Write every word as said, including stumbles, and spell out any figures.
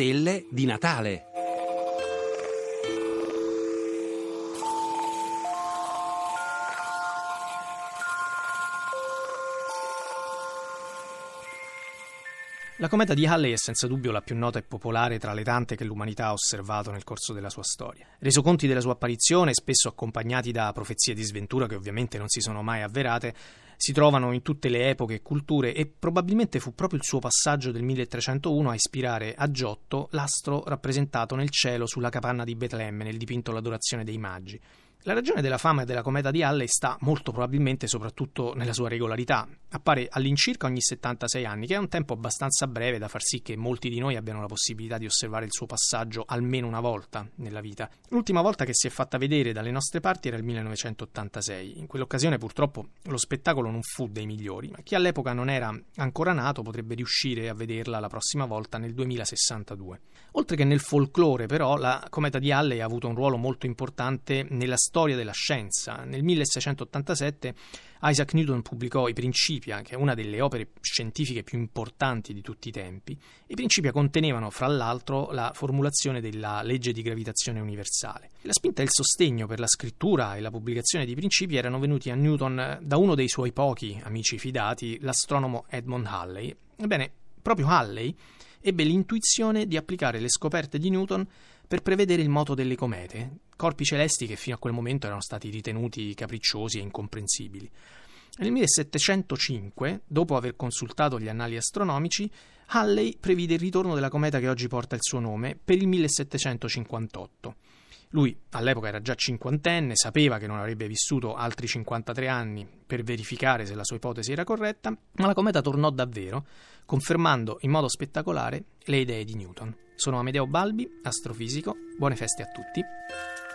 stelle di Natale. La cometa di Halley è senza dubbio la più nota e popolare tra le tante che l'umanità ha osservato nel corso della sua storia. Resoconti della sua apparizione, spesso accompagnati da profezie di sventura che ovviamente non si sono mai avverate, si trovano in tutte le epoche e culture e probabilmente fu proprio il suo passaggio del milletrecentouno a ispirare a Giotto l'astro rappresentato nel cielo sulla capanna di Betlemme nel dipinto L'Adorazione dei Magi. La ragione della fama della cometa di Halley sta molto probabilmente soprattutto nella sua regolarità. Appare all'incirca ogni settantasei anni, che è un tempo abbastanza breve da far sì che molti di noi abbiano la possibilità di osservare il suo passaggio almeno una volta nella vita. L'ultima volta che si è fatta vedere dalle nostre parti era il millenovecentottantasei. In quell'occasione purtroppo lo spettacolo non fu dei migliori, ma chi all'epoca non era ancora nato potrebbe riuscire a vederla la prossima volta nel duemilasessantadue. Oltre che nel folklore, però, la cometa di Halley ha avuto un ruolo molto importante nella storia della scienza. Nel milleseicentottantasette Isaac Newton pubblicò I Principia, che è una delle opere scientifiche più importanti di tutti i tempi. I Principia contenevano, fra l'altro, la formulazione della legge di gravitazione universale. La spinta e il sostegno per la scrittura e la pubblicazione di Principia erano venuti a Newton da uno dei suoi pochi amici fidati, l'astronomo Edmond Halley. Ebbene, proprio Halley ebbe l'intuizione di applicare le scoperte di Newton per prevedere il moto delle comete, corpi celesti che fino a quel momento erano stati ritenuti capricciosi e incomprensibili. Nel millesettecentocinque, dopo aver consultato gli annali astronomici, Halley previde il ritorno della cometa che oggi porta il suo nome per il millesettecentocinquantotto. Lui all'epoca era già cinquantenne, sapeva che non avrebbe vissuto altri cinquantatré anni per verificare se la sua ipotesi era corretta, ma la cometa tornò davvero, confermando in modo spettacolare le idee di Newton. Sono Amedeo Balbi, astrofisico, buone feste a tutti.